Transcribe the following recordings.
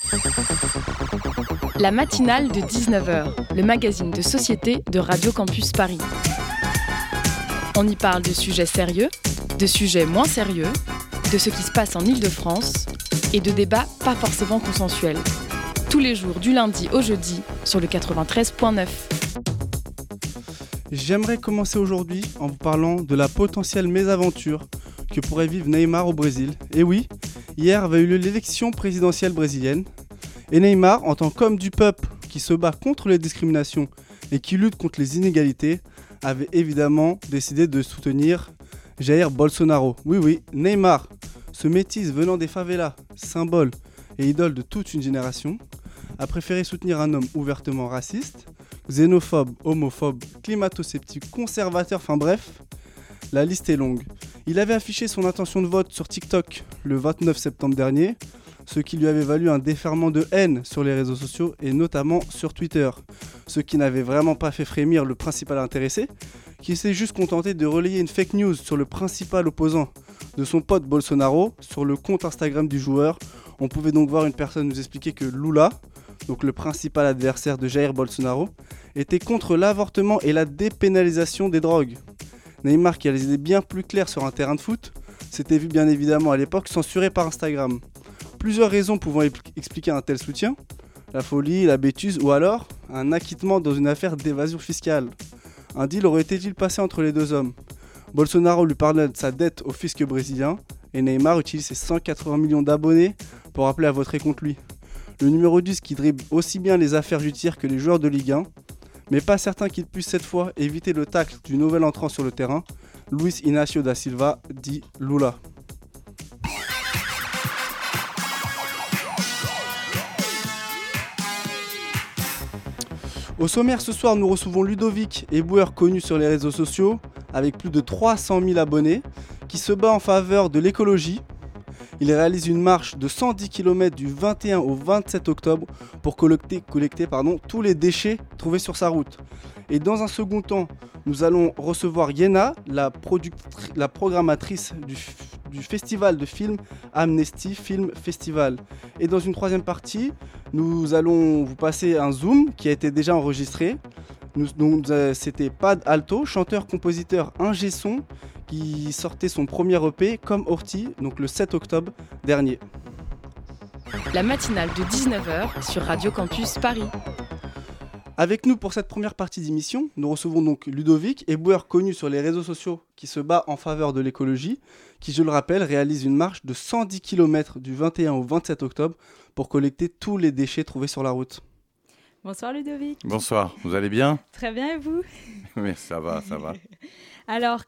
La matinale de 19h, le magazine de société de Radio Campus Paris. On y parle de sujets sérieux, de sujets moins sérieux, de ce qui se passe en Île-de-France et de débats pas forcément consensuels. Tous les jours du lundi au jeudi sur le 93.9. J'aimerais commencer aujourd'hui en vous parlant de la potentielle mésaventure que pourrait vivre Neymar au Brésil. Et oui, hier avait eu lieu l'élection présidentielle brésilienne. Et Neymar, en tant qu'homme du peuple qui se bat contre les discriminations et qui lutte contre les inégalités, avait évidemment décidé de soutenir Jair Bolsonaro. Oui, Neymar, ce métis venant des favelas, symbole et idole de toute une génération, a préféré soutenir un homme ouvertement raciste, xénophobe, homophobe, climato-sceptique, conservateur, enfin bref, la liste est longue. Il avait affiché son intention de vote sur TikTok le 29 septembre dernier, ce qui lui avait valu un déferlement de haine sur les réseaux sociaux et notamment sur Twitter. Ce qui n'avait vraiment pas fait frémir le principal intéressé, qui s'est juste contenté de relayer une fake news sur le principal opposant de son pote Bolsonaro sur le compte Instagram du joueur. On pouvait donc voir une personne nous expliquer que Lula, donc le principal adversaire de Jair Bolsonaro, était contre l'avortement et la dépénalisation des drogues. Neymar, qui a les idées bien plus claires sur un terrain de foot, s'était vu bien évidemment à l'époque censuré par Instagram. Plusieurs raisons pouvant expliquer un tel soutien, la folie, la bêtise ou alors un acquittement dans une affaire d'évasion fiscale. Un deal aurait-il passé entre les deux hommes? Bolsonaro lui parlait de sa dette au fisc brésilien et Neymar utilise ses 180 millions d'abonnés pour appeler à voter contre lui. Le numéro 10 qui dribble aussi bien les affaires judiciaires que les joueurs de Ligue 1, mais pas certain qu'il puisse cette fois éviter le tacle du nouvel entrant sur le terrain, Luis Inácio da Silva, dit Lula. Au sommaire ce soir, nous recevons Ludovic Eboueur, connu sur les réseaux sociaux, avec plus de 300 000 abonnés, qui se bat en faveur de l'écologie. Il réalise une marche de 110 km du 21 au 27 octobre pour collecter tous les déchets trouvés sur sa route. Et dans un second temps, nous allons recevoir Yena, la programmatrice du festival de films Amnesty Film Festival. Et dans une troisième partie, nous allons vous passer un Zoom qui a été déjà enregistré. C'était Pad Alto, chanteur-compositeur ingé son, qui sortait son premier EP comme Orti, donc le 7 octobre dernier. La matinale de 19h sur Radio Campus Paris. Avec nous pour cette première partie d'émission, nous recevons donc Ludovic Eboueur, connu sur les réseaux sociaux, qui se bat en faveur de l'écologie, qui, je le rappelle, réalise une marche de 110 km du 21 au 27 octobre pour collecter tous les déchets trouvés sur la route. Bonsoir Ludovic. Bonsoir, vous allez bien? Très bien, et vous? Oui, ça va. Alors,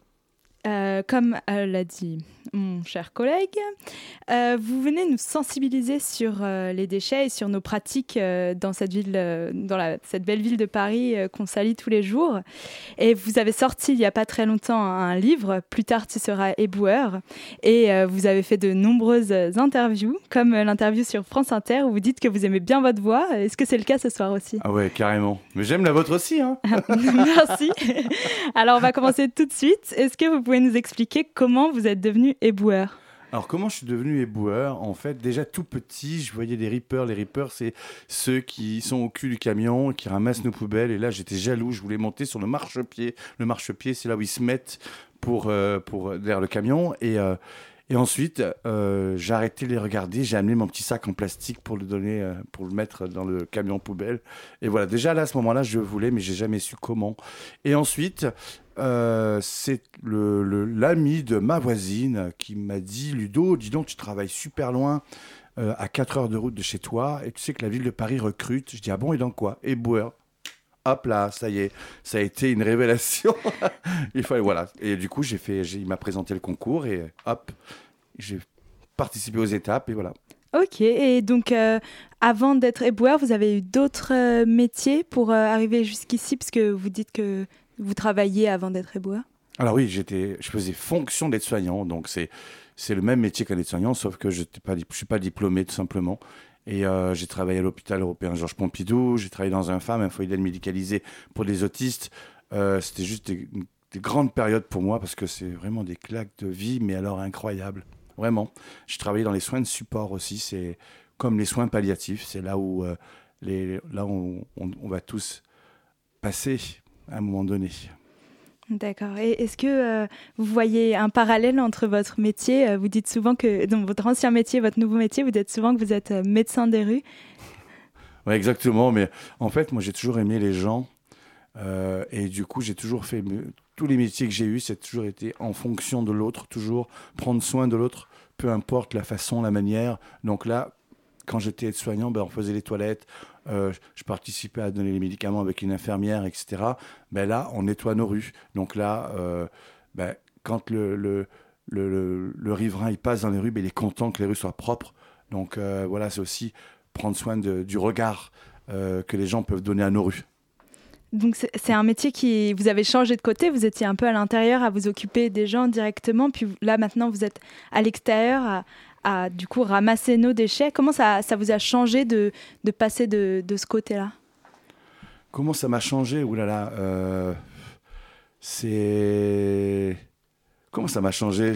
comme l'a dit mon cher collègue, vous venez nous sensibiliser sur les déchets et sur nos pratiques dans cette ville, cette belle ville de Paris qu'on salit tous les jours. Et vous avez sorti il n'y a pas très longtemps un livre, Plus tard tu seras éboueur. Et vous avez fait de nombreuses interviews, comme l'interview sur France Inter où vous dites que vous aimez bien votre voix. Est-ce que c'est le cas ce soir aussi? Ah ouais, carrément. Mais j'aime la vôtre aussi, hein. Merci. Alors on va commencer tout de suite. Est-ce que vous pouvez nous expliquer comment vous êtes devenu éboueur? Alors, comment je suis devenu éboueur? En fait, déjà tout petit, je voyais les rippers. Les rippers, c'est ceux qui sont au cul du camion, qui ramassent nos poubelles. Et là, j'étais jaloux. Je voulais monter sur le marchepied. Le marchepied, c'est là où ils se mettent pour derrière le camion. Et ensuite, j'ai arrêté de les regarder. J'ai amené mon petit sac en plastique pour le donner, pour le mettre dans le camion poubelle. Et voilà, déjà là, à ce moment-là, je voulais, mais j'ai jamais su comment. Et ensuite, c'est l'ami de ma voisine qui m'a dit: Ludo, dis donc, tu travailles super loin, à 4 heures de route de chez toi, et tu sais que la ville de Paris recrute. Je dis: ah bon, et dans quoi? Éboueur. Hop là, ça y est, ça a été une révélation. Il fallait, voilà. Et du coup, il m'a présenté le concours et hop, j'ai participé aux étapes et voilà. Ok, et donc avant d'être éboueur, vous avez eu d'autres métiers pour arriver jusqu'ici, parce que vous dites que vous travailliez avant d'être éboueur? Alors oui, je faisais fonction d'aide-soignant, donc c'est le même métier qu'un aide-soignant, sauf que je suis pas diplômé tout simplement. Et j'ai travaillé à l'hôpital européen Georges Pompidou, j'ai travaillé dans un foyer d'aide médicalisée pour des autistes. C'était juste des grandes périodes pour moi parce que c'est vraiment des claques de vie, mais alors incroyables, vraiment. J'ai travaillé dans les soins de support aussi, comme les soins palliatifs. C'est là où, on va tous passer à un moment donné. D'accord. Et est-ce que vous voyez un parallèle entre votre métier? Vous dites souvent que dans votre ancien métier, votre nouveau métier, vous dites souvent que vous êtes médecin des rues. Oui, exactement. Mais en fait, moi, j'ai toujours aimé les gens. Et du coup, j'ai toujours fait... Tous les métiers que j'ai eus, c'est toujours été en fonction de l'autre, toujours prendre soin de l'autre, peu importe la façon, la manière. Donc là, quand j'étais aide-soignant, on faisait les toilettes, je participais à donner les médicaments avec une infirmière, etc. Là, on nettoie nos rues. Donc là, quand le riverain il passe dans les rues, il est content que les rues soient propres. Donc voilà, c'est aussi prendre soin du regard que les gens peuvent donner à nos rues. Donc c'est un métier qui... Vous avez changé de côté, vous étiez un peu à l'intérieur à vous occuper des gens directement, puis là maintenant vous êtes à l'extérieur à du coup ramasser nos déchets. Comment ça vous a changé de passer de ce côté-là? Comment ça m'a changé? Ouh là là, c'est... Comment ça m'a changé?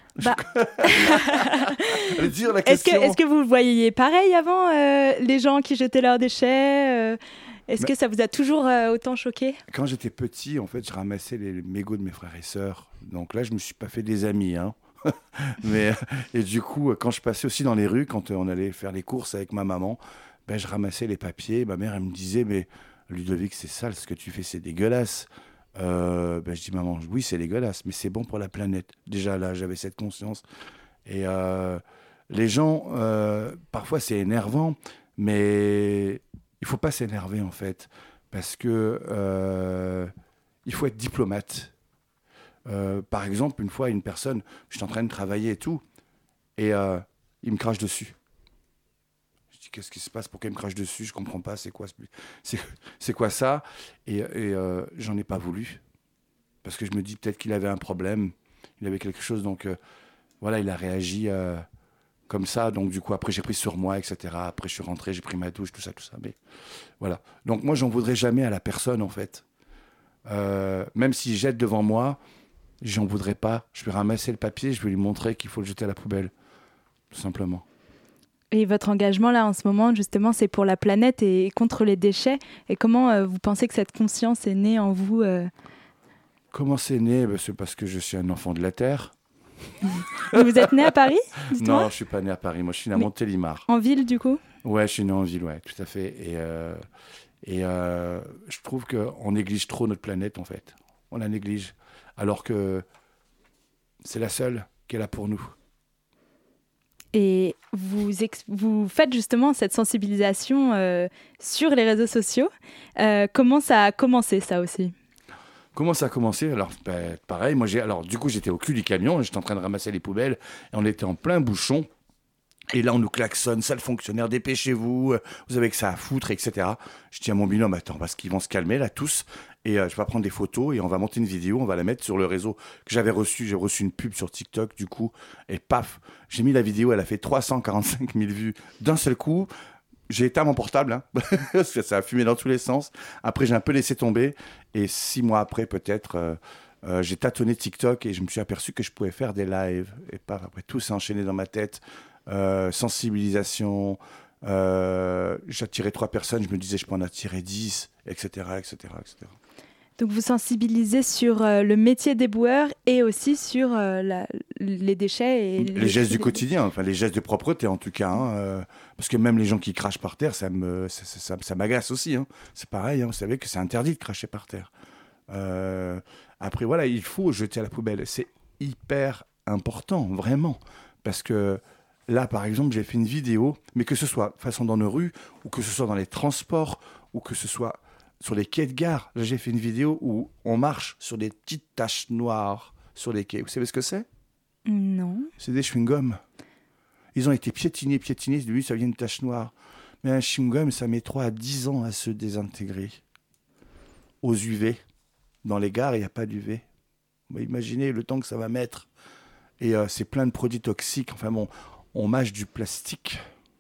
Dire la question. Est-ce que vous le voyiez pareil avant, les gens qui jetaient leurs déchets Est-ce que ça vous a toujours autant choqué? Quand j'étais petit, en fait, je ramassais les mégots de mes frères et sœurs. Donc là, je me suis pas fait des amis, hein. Et du coup, quand je passais aussi dans les rues, quand on allait faire les courses avec ma maman, je ramassais les papiers. Ma mère, elle me disait, mais Ludovic, c'est sale, ce que tu fais, c'est dégueulasse. Je dis, maman, oui, c'est dégueulasse, mais c'est bon pour la planète. Déjà là, j'avais cette conscience. Et les gens, parfois, c'est énervant, mais il faut pas s'énerver, en fait, parce que il faut être diplomate. Par exemple, une fois, une personne, j'étais en train de travailler et tout, et il me crache dessus. Je dis, qu'est-ce qui se passe? Pourquoi il me crache dessus? Je comprends pas, c'est quoi ça? Et j'en ai pas voulu, parce que je me dis peut-être qu'il avait un problème, il avait quelque chose, donc voilà, il a réagi comme ça, donc du coup, après, j'ai pris sur moi, etc. Après, je suis rentré, j'ai pris ma douche, tout ça, mais voilà. Donc moi, j'en voudrais jamais à la personne, en fait. Même s'il jette devant moi, j'en voudrais pas. Je vais ramasser le papier, je vais lui montrer qu'il faut le jeter à la poubelle, tout simplement. Et votre engagement là en ce moment, justement, c'est pour la planète et contre les déchets. Et comment vous pensez que cette conscience est née en vous Comment c'est né? C'est parce que je suis un enfant de la Terre. Vous êtes né à Paris? Non, je suis pas né à Paris. Moi, je suis né à Montélimar. En ville, du coup? Ouais, je suis né en ville, ouais, tout à fait. Et je trouve qu'on néglige trop notre planète, en fait. On la néglige. Alors que c'est la seule qui est là pour nous. Et vous faites justement cette sensibilisation sur les réseaux sociaux. Comment ça a commencé, ça aussi? Comment ça a commencé? Alors, pareil, du coup, j'étais au cul du camion, j'étais en train de ramasser les poubelles, et on était en plein bouchon. Et là, on nous klaxonne, sale fonctionnaire, dépêchez-vous, vous avez que ça à foutre, etc. Je dis à mon binôme, attends, parce qu'ils vont se calmer, là, tous. Et je vais prendre des photos et on va monter une vidéo, on va la mettre sur le réseau que j'avais reçu. J'ai reçu une pub sur TikTok, du coup, et paf, j'ai mis la vidéo, elle a fait 345 000 vues d'un seul coup. J'ai éteint mon portable, hein, parce que ça a fumé dans tous les sens. Après, j'ai un peu laissé tomber. Et 6 mois après, peut-être, j'ai tâtonné TikTok et je me suis aperçu que je pouvais faire des lives. Et paf, après, tout s'est enchaîné dans ma tête. Sensibilisation, j'attirais 3 personnes, je me disais je peux en attirer 10, etc., etc., etc. Donc vous sensibilisez sur le métier d'éboueur et aussi sur les déchets et les gestes du quotidien, enfin les gestes de propreté en tout cas, hein, parce que même les gens qui crachent par terre, ça m'agace aussi, hein. C'est pareil, hein, vous savez que c'est interdit de cracher par terre. Après voilà, il faut jeter à la poubelle, c'est hyper important, vraiment, parce que là, par exemple, j'ai fait une vidéo, mais que ce soit façon dans nos rues, ou que ce soit dans les transports, ou que ce soit sur les quais de gare. Là, j'ai fait une vidéo où on marche sur des petites taches noires sur les quais. Vous savez ce que c'est? Non. C'est des chewing-gums. Ils ont été piétinés. Lui, ça vient une tache noire. Mais un chewing-gum, ça met 3 à 10 ans à se désintégrer. Aux UV. Dans les gares, il n'y a pas d'UV. Imaginez le temps que ça va mettre. Et c'est plein de produits toxiques. Enfin bon, on mâche du plastique.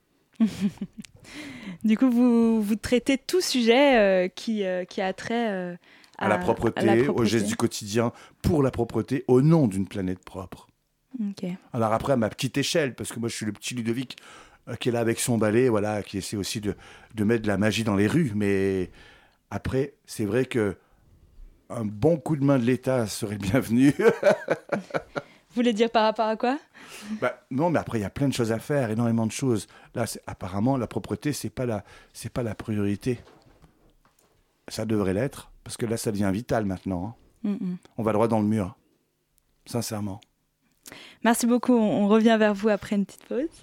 Du coup, vous traitez tout sujet qui a trait à la propreté, aux gestes du quotidien, pour la propreté, au nom d'une planète propre. Okay. Alors après, à ma petite échelle, parce que moi je suis le petit Ludovic, qui est là avec son balai, voilà, qui essaie aussi de mettre de la magie dans les rues. Mais après, c'est vrai que un bon coup de main de l'État serait bienvenu. Vous voulez dire par rapport à quoi ? Non, mais après, il y a plein de choses à faire, énormément de choses. Là, apparemment, la propreté, c'est pas la priorité. Ça devrait l'être, parce que là, ça devient vital maintenant. Hein. On va droit dans le mur, sincèrement. Merci beaucoup. On revient vers vous après une petite pause.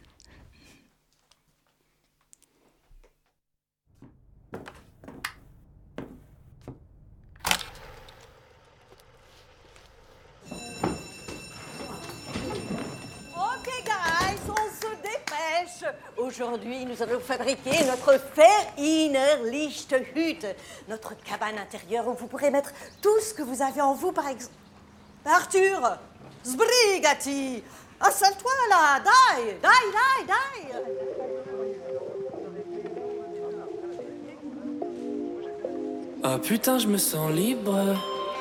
Aujourd'hui, nous allons fabriquer notre Verinnerlichthütte, notre cabane intérieure où vous pourrez mettre tout ce que vous avez en vous, par exemple. Arthur, sbrigati, installe-toi là, dai. Ah putain, je me sens libre.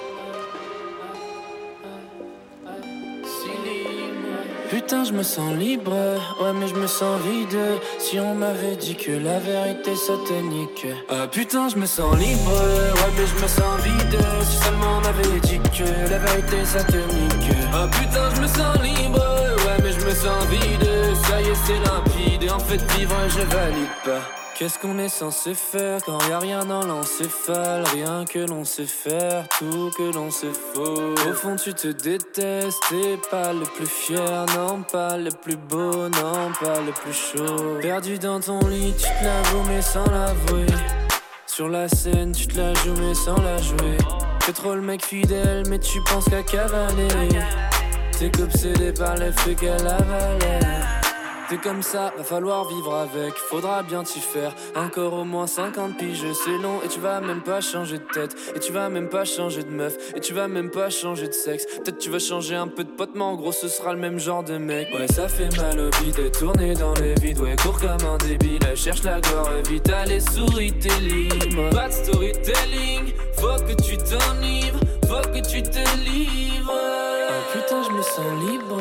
Putain, je me sens libre, ouais, mais je me sens vide. Si on m'avait dit que la vérité satanique. Ah putain, je me sens libre, ouais, mais je me sens vide. Si seulement on m'avait dit que la vérité satanique. Ah putain, je me sens libre, ouais, mais je me sens vide. Ça y est, c'est limpide, et en fait, vivre, je valide pas. Qu'est-ce qu'on est censé faire quand y a rien dans l'encéphale? Rien que l'on sait faire, tout que l'on sait faux. Au fond tu te détestes, t'es pas le plus fier, non pas le plus beau, non pas le plus chaud. Perdu dans ton lit, tu te la joues mais sans l'avouer. Sur la scène, tu te la joues mais sans la jouer. T'es trop le mec fidèle mais tu penses qu'à cavaler. T'es qu'obsédé par les faits qu'elle avalait. T'es comme ça, va falloir vivre avec, faudra bien t'y faire. Encore au moins 50 piges, c'est long. Et tu vas même pas changer de tête. Et tu vas même pas changer de meuf. Et tu vas même pas changer de sexe. Peut-être tu vas changer un peu de pote, mais en gros ce sera le même genre de mec. Ouais, ça fait mal au bide, tourner dans les vides. Ouais, cours comme un débile, cherche la gloire vite. Allez, souris, t'es libre. Pas de storytelling, faut que tu t'enivres. Faut que tu te livres. Oh putain, je me sens libre.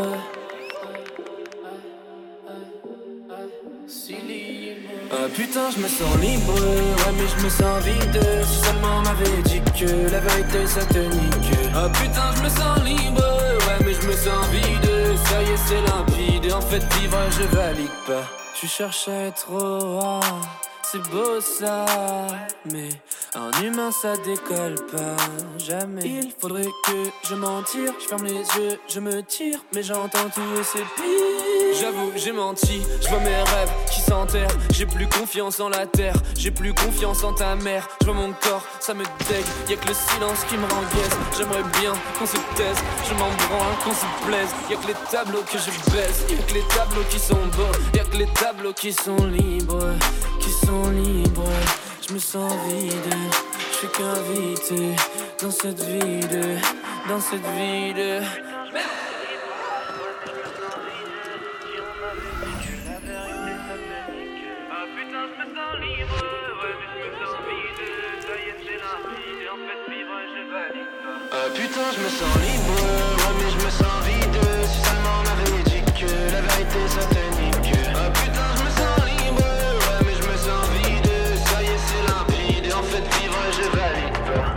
Ah putain, je me sens libre, ouais, mais je me sens vide. Si seulement on m'avait dit que la vérité est satanique. Ah putain, je me sens libre, ouais, mais je me sens vide. Ça y est, c'est limpide, et en fait, vivre, je valide pas. Tu cherches à être rare, c'est beau ça, mais un humain ça décolle pas, jamais. Il faudrait que je m'en tire, je ferme les yeux, je me tire, mais j'entends tout et c'est pire. J'avoue, j'ai menti, je vois mes rêves qui s'enterrent. J'ai plus confiance en la terre, j'ai plus confiance en ta mère. Je vois mon corps, ça me dégue, y'a que le silence qui me rend gaze. J'aimerais bien qu'on se taise, je m'en branle, qu'on se plaise. Y'a que les tableaux que je baisse, y'a que les tableaux qui sont beaux, y'a que les tableaux qui sont libres, qui sont libres. Je me sens vide, je suis qu'invité dans cette ville, dans cette ville. Putain, je me sens libre, ouais, mais je me sens vide. Si seulement on m'avait dit que la vérité est satanique. Ah putain, je me sens libre, ouais, mais je me sens vide. Ça y est, c'est limpide, et en fait, vivre, je valide pas.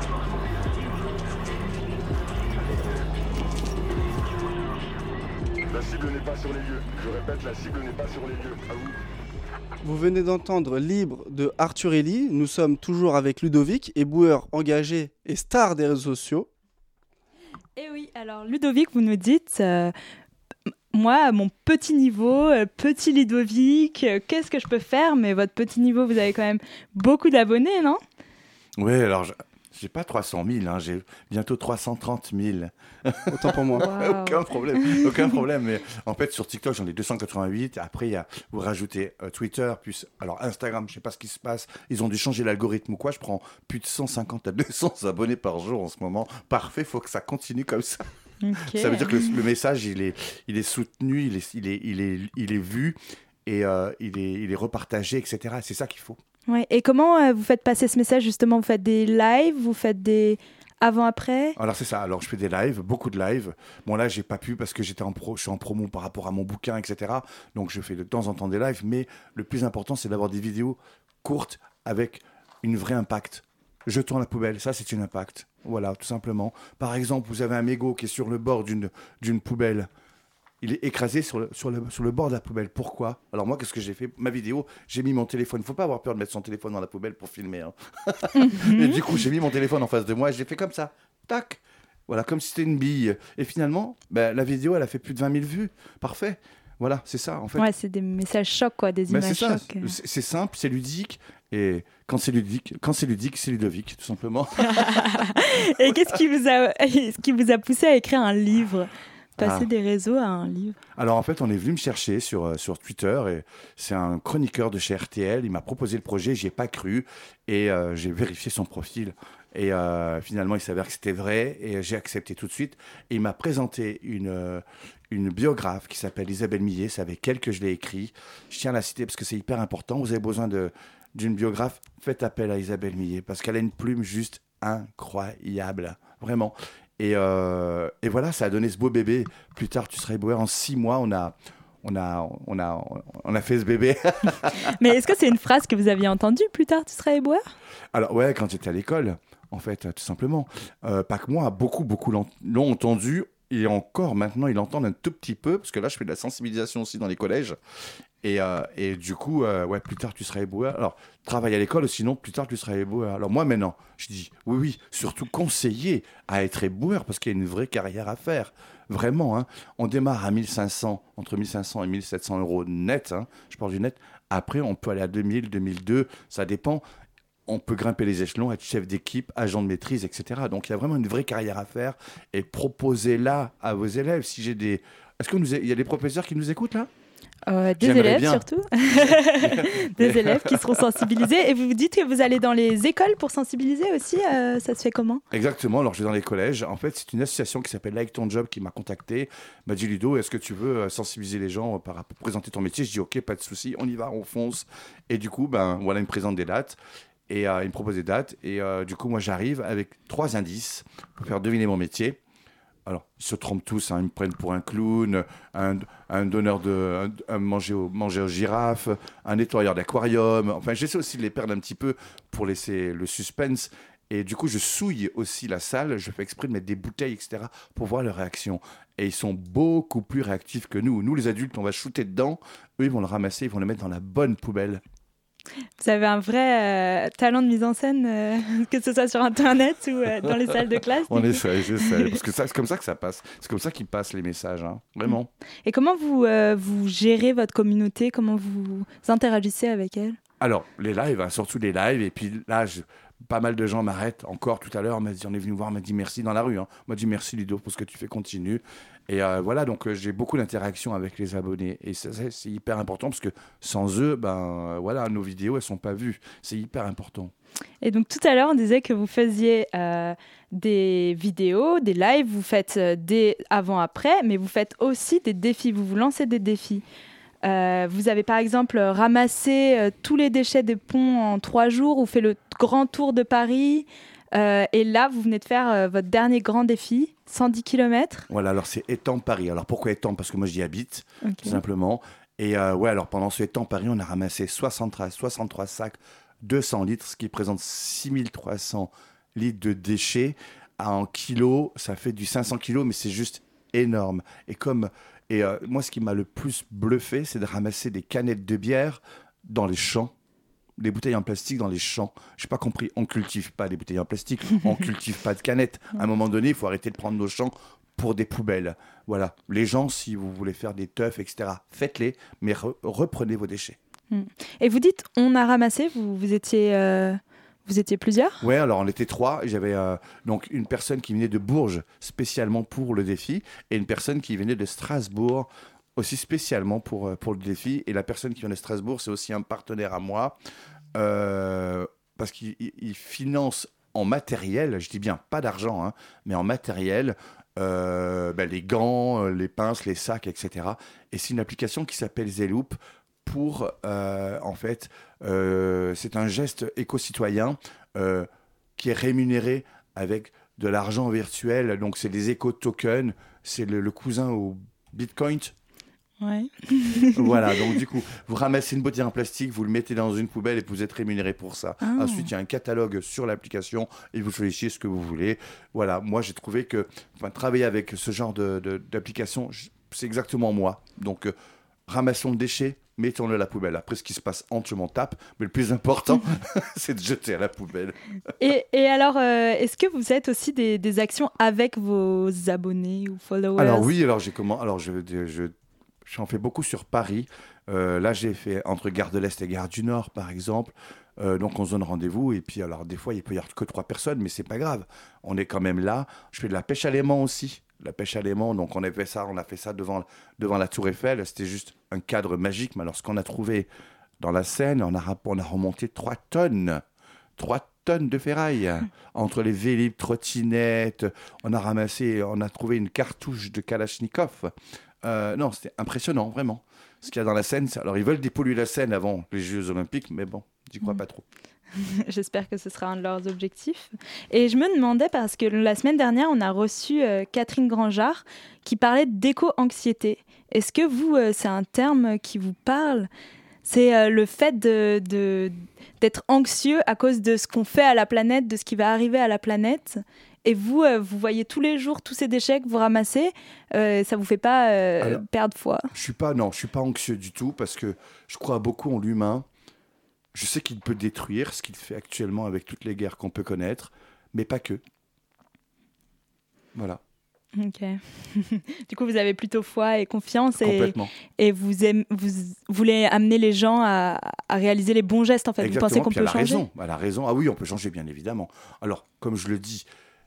La cible n'est pas sur les lieux. Je répète, la cible n'est pas sur les lieux. À vous. Vous venez d'entendre Libre de Arthur Ellie. Nous sommes toujours avec Ludovic, éboueur engagé et star des réseaux sociaux. Et oui, alors Ludovic, vous nous dites, moi, à mon petit niveau, petit Ludovic, qu'est-ce que je peux faire? Mais votre petit niveau, vous avez quand même beaucoup d'abonnés, non? Oui, alors j'ai pas 300 000, hein, j'ai bientôt 330 000. Autant pour moi. Wow. Aucun problème. Mais en fait, sur TikTok, j'en ai 288. Après, vous rajoutez Twitter, puis alors Instagram, je sais pas ce qui se passe. Ils ont dû changer l'algorithme ou quoi. Je prends plus de 150 à 200 abonnés par jour en ce moment. Parfait, faut que ça continue comme ça. Okay. Ça veut dire que le message, il est soutenu, il est vu et il est repartagé, etc. C'est ça qu'il faut. Ouais. Et comment vous faites passer ce message justement? Vous faites des lives, vous faites des avant-après. Alors c'est ça, alors je fais des lives, beaucoup de lives. Bon là j'ai pas pu parce que je suis en promo par rapport à mon bouquin, etc. Donc je fais de temps en temps des lives, mais le plus important c'est d'avoir des vidéos courtes avec une vraie impact. Jetons à la poubelle, ça c'est une impact. Voilà, tout simplement. Par exemple, vous avez un mégot qui est sur le bord d'une poubelle. Il est écrasé sur le bord de la poubelle. Pourquoi ? Alors moi, qu'est-ce que j'ai fait ? Ma vidéo, j'ai mis mon téléphone. Il ne faut pas avoir peur de mettre son téléphone dans la poubelle pour filmer. Hein. Et du coup, j'ai mis mon téléphone en face de moi et je l'ai fait comme ça. Tac ! Voilà, comme si c'était une bille. Et finalement, la vidéo, elle a fait plus de 20 000 vues. Parfait. Voilà, c'est ça, en fait. Ouais, c'est des messages chocs, quoi, des images c'est ça. chocs. C'est simple, c'est ludique. Et quand c'est ludique, c'est ludovique, tout simplement. Et qu'est-ce qui vous a poussé à écrire un livre ? Passer des réseaux à un livre. Alors en fait, on est venu me chercher sur Twitter et c'est un chroniqueur de chez RTL. Il m'a proposé le projet, j'y ai pas cru et j'ai vérifié son profil. Et finalement, il s'avère que c'était vrai et j'ai accepté tout de suite. Et il m'a présenté une biographe qui s'appelle Isabelle Millet. C'est avec elle que je l'ai écrit. Je tiens à la citer parce que c'est hyper important. Vous avez besoin d'une biographe, faites appel à Isabelle Millet parce qu'elle a une plume juste incroyable, vraiment. Et voilà, ça a donné ce beau bébé. Plus tard, tu seras éboueur. En 6 mois, on a fait ce bébé. Mais est-ce que c'est une phrase que vous aviez entendue plus tard, tu seras éboueur ? Alors ouais, quand j'étais à l'école, en fait, tout simplement. Pas que moi, beaucoup l'ont entendu. Et encore maintenant, ils l'entendent un tout petit peu. Parce que là, je fais de la sensibilisation aussi dans les collèges. Et du coup, plus tard tu seras éboueur. Alors, travaille à l'école, sinon plus tard tu seras éboueur. Alors moi maintenant, je dis oui, surtout conseiller à être éboueur parce qu'il y a une vraie carrière à faire. Vraiment, hein. On démarre à 1500, entre 1500 et 1700 euros net, hein. Je parle du net. Après, on peut aller à 2000, 2002, ça dépend. On peut grimper les échelons, être chef d'équipe, agent de maîtrise, etc. Donc, il y a vraiment une vraie carrière à faire et proposez-la à vos élèves. Si j'ai des... Est-ce qu'il y a des professeurs qui nous écoutent là ? Des élèves surtout, des élèves qui seront sensibilisés. Et vous vous dites que vous allez dans les écoles pour sensibiliser aussi, ça se fait comment ? Exactement, alors je vais dans les collèges. En fait, c'est une association qui s'appelle Like Ton Job qui m'a contacté, m'a dit Ludo, est-ce que tu veux sensibiliser les gens pour présenter ton métier ? Je dis ok, pas de souci, on y va, on fonce. Et du coup, voilà, il me présente des dates. Et il me propose des dates. Et du coup, moi, j'arrive avec 3 indices pour faire deviner mon métier. Alors, ils se trompent tous, hein. Ils me prennent pour un clown, un donneur un mangeur girafe, un nettoyeur d'aquarium. Enfin, j'essaie aussi de les perdre un petit peu pour laisser le suspense. Et du coup, je souille aussi la salle. Je fais exprès de mettre des bouteilles, etc. pour voir leur réaction. Et ils sont beaucoup plus réactifs que nous. Nous, les adultes, on va shooter dedans. Eux, ils vont le ramasser, ils vont le mettre dans la bonne poubelle. Vous avez un vrai talent de mise en scène, que ce soit sur Internet ou dans les salles de classe. J'essaie, parce que c'est comme ça que ça passe. C'est comme ça qu'ils passent les messages, hein, vraiment. Et comment vous gérez votre communauté ? Comment vous interagissez avec elle ? Alors, les lives, hein, surtout les lives. Et puis là, pas mal de gens m'arrêtent. Encore tout à l'heure, on est venu voir, on m'a dit merci dans la rue. Hein. On m'a dit merci Ludo pour ce que tu fais, continue. Et voilà, donc j'ai beaucoup d'interactions avec les abonnés. Et c'est hyper important parce que sans eux, voilà, nos vidéos, elles ne sont pas vues. C'est hyper important. Et donc tout à l'heure, on disait que vous faisiez des vidéos, des lives, vous faites des avant-après, mais vous faites aussi des défis, vous lancez des défis. Vous avez par exemple ramassé tous les déchets des ponts en 3 jours ou fait le grand tour de Paris. Et là, vous venez de faire votre dernier grand défi, 110 km. Voilà, alors c'est Étang Paris. Alors pourquoi Étang ? Parce que moi j'y habite, tout simplement. Et alors pendant ce Étang Paris, on a ramassé 63 sacs, 200 litres, ce qui représente 6300 litres de déchets. En kilos, ça fait du 500 kilos, mais c'est juste énorme. Et moi, ce qui m'a le plus bluffé, c'est de ramasser des canettes de bière dans les champs. Des bouteilles en plastique dans les champs. Je n'ai pas compris. On ne cultive pas des bouteilles en plastique. On ne cultive pas de canettes. À un moment donné, il faut arrêter de prendre nos champs pour des poubelles. Voilà. Les gens, si vous voulez faire des teufs, etc., faites-les, mais reprenez vos déchets. Et vous dites, on a ramassé, vous étiez plusieurs ? Oui, alors on était 3. J'avais donc une personne qui venait de Bourges spécialement pour le défi et une personne qui venait de Strasbourg aussi spécialement pour le défi. Et la personne qui vient de Strasbourg, c'est aussi un partenaire à moi parce qu'il finance en matériel, je dis bien pas d'argent, hein, mais en matériel, les gants, les pinces, les sacs, etc. Et c'est une application qui s'appelle Zeloop pour, en fait, c'est un geste éco-citoyen qui est rémunéré avec de l'argent virtuel. Donc, c'est des éco-tokens. C'est le cousin au Bitcoin. Ouais. Voilà, donc du coup, vous ramassez une bouteille en plastique, vous le mettez dans une poubelle et vous êtes rémunéré pour ça. Ensuite, il y a un catalogue sur l'application et vous choisissez ce que vous voulez. Voilà, moi j'ai trouvé que travailler avec ce genre d'application, c'est exactement moi. Donc, ramassons le déchet, mettons-le à la poubelle. Après, ce qui se passe entre, je m'en tape, mais le plus important, c'est de jeter à la poubelle. Et alors, est-ce que vous faites aussi des actions avec vos abonnés ou followers ? Alors oui, j'en fais beaucoup sur Paris. Là, j'ai fait entre Gare de l'Est et Gare du Nord, par exemple. Donc, on se donne rendez-vous. Et puis, alors, des fois, il peut y avoir que 3 personnes, mais c'est pas grave. On est quand même là. Je fais de la pêche à l'aimant aussi. La pêche à l'aimant, donc on a fait ça devant la Tour Eiffel. C'était juste un cadre magique. Mais alors, ce qu'on a trouvé dans la Seine, on a remonté 3 tonnes. 3 tonnes de ferraille. Entre les vélib, trottinettes. On a trouvé une cartouche de Kalachnikov. Non, c'était impressionnant, vraiment. Ce qu'il y a dans la Seine, alors ils veulent dépolluer la Seine avant les Jeux Olympiques, mais bon, j'y crois pas trop. J'espère que ce sera un de leurs objectifs. Et je me demandais, parce que la semaine dernière, on a reçu Catherine Grangeard qui parlait d'éco-anxiété. Est-ce que vous, c'est un terme qui vous parle ? C'est le fait d'être anxieux à cause de ce qu'on fait à la planète, de ce qui va arriver à la planète. Et vous voyez tous les jours tous ces déchets que vous ramassez, ça vous fait pas perdre foi ? Je suis pas anxieux du tout parce que je crois beaucoup en l'humain. Je sais qu'il peut détruire ce qu'il fait actuellement avec toutes les guerres qu'on peut connaître, mais pas que. Voilà. Ok. Du coup, vous avez plutôt foi et confiance et vous voulez amener les gens à réaliser les bons gestes en fait. Exactement. Vous pensez qu'on peut changer ? Elle a raison. Ah oui, on peut changer bien évidemment. Alors, comme je le dis.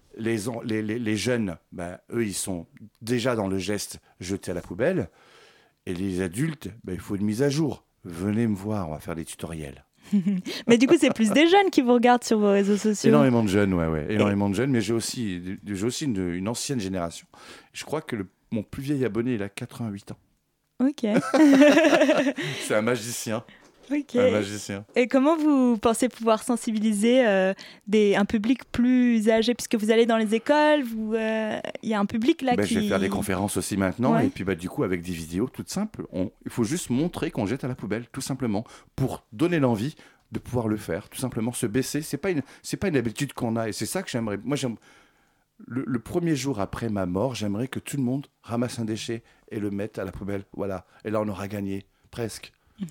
Les jeunes, eux, ils sont déjà dans le geste jeté à la poubelle. Et les adultes, il faut une mise à jour. Venez me voir, on va faire des tutoriels. Mais du coup, c'est plus des jeunes qui vous regardent sur vos réseaux sociaux. Énormément de jeunes, ouais. Énormément de jeunes, mais j'ai aussi une ancienne génération. Je crois que mon plus vieil abonné, il a 88 ans. Ok. C'est un magicien. Ok. Un magicien. Et comment vous pensez pouvoir sensibiliser un public plus âgé, puisque vous allez dans les écoles, il y a un public là qui... Je vais faire des conférences aussi maintenant, ouais. Et puis du coup avec des vidéos toutes simples. Il faut juste montrer qu'on jette à la poubelle, tout simplement, pour donner l'envie de pouvoir le faire, tout simplement se baisser. C'est pas une habitude qu'on a, et c'est ça que j'aimerais. Moi, le premier jour après ma mort, j'aimerais que tout le monde ramasse un déchet et le mette à la poubelle. Voilà. Et là, on aura gagné presque.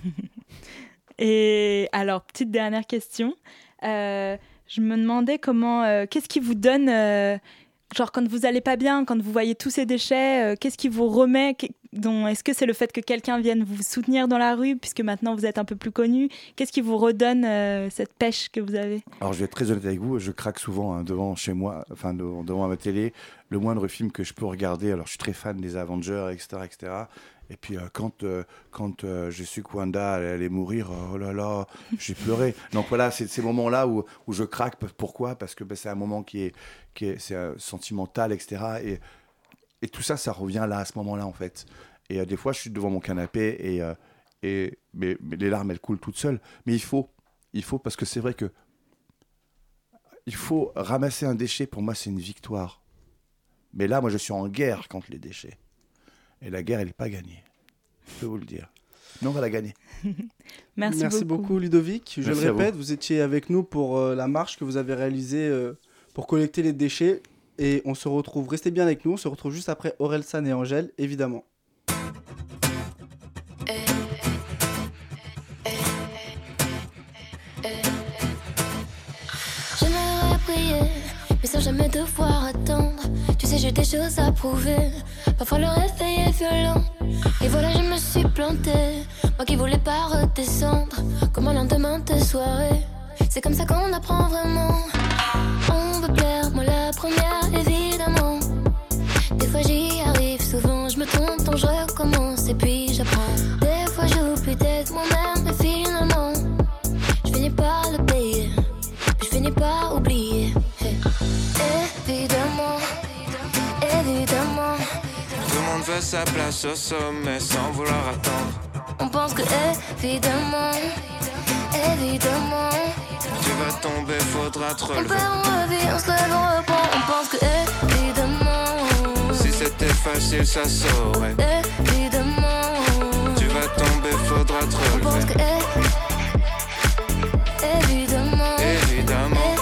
Et alors, petite dernière question. Je me demandais qu'est-ce qui vous donne, genre quand vous allez pas bien, quand vous voyez tous ces déchets, qu'est-ce qui vous remet est-ce que c'est le fait que quelqu'un vienne vous soutenir dans la rue, puisque maintenant vous êtes un peu plus connu ? Qu'est-ce qui vous redonne cette pêche que vous avez ? Alors, je vais être très honnête avec vous, je craque souvent devant chez moi, devant ma télé, le moindre film que je peux regarder. Alors, je suis très fan des Avengers, etc. Et puis quand je suis que Wanda allait mourir, oh là là, j'ai pleuré. Donc voilà, c'est ces moments-là où je craque. Pourquoi ? Parce que c'est un moment qui est sentimental, etc. Et tout ça revient là, à ce moment-là, en fait. Et des fois, je suis devant mon canapé mais les larmes, elles coulent toutes seules. Mais il faut, parce que c'est vrai que il faut ramasser un déchet. Pour moi, c'est une victoire. Mais là, moi, je suis en guerre contre les déchets. Et la guerre, elle n'est pas gagnée. Je peux vous le dire. Mais on va la gagner. Merci beaucoup, Ludovic. Je le répète, vous étiez avec nous pour la marche que vous avez réalisée pour collecter les déchets. Et on se retrouve, restez bien avec nous, on se retrouve juste après Orelsan et Angèle, évidemment. J'aimerais prier, mais sans jamais devoir attendre. Tu sais, j'ai des choses à prouver. Parfois le réveil est violent. Et voilà, je me suis plantée. Moi qui voulais pas redescendre, comme un lendemain de soirée. C'est comme ça qu'on apprend vraiment. On veut plaire, moi la première, évidemment. Des fois j'y arrive, souvent je me trompe, donc je recommence et puis j'apprends. Des fois j'oublie d'être moi-même, mais finalement je finis par le payer, puis je finis par oublier. Hey. Évidemment, évidemment, tout le monde veut sa place au sommet sans vouloir attendre. On pense que évidemment, évidemment, tu vas tomber, faudra te On relever. perd, on revit, on se lève, on reprend. On pense que évidemment, Si c'était facile, ça saurait. évidemment, Tu vas tomber, faudra te on pense relever. que évidemment, Évidemment,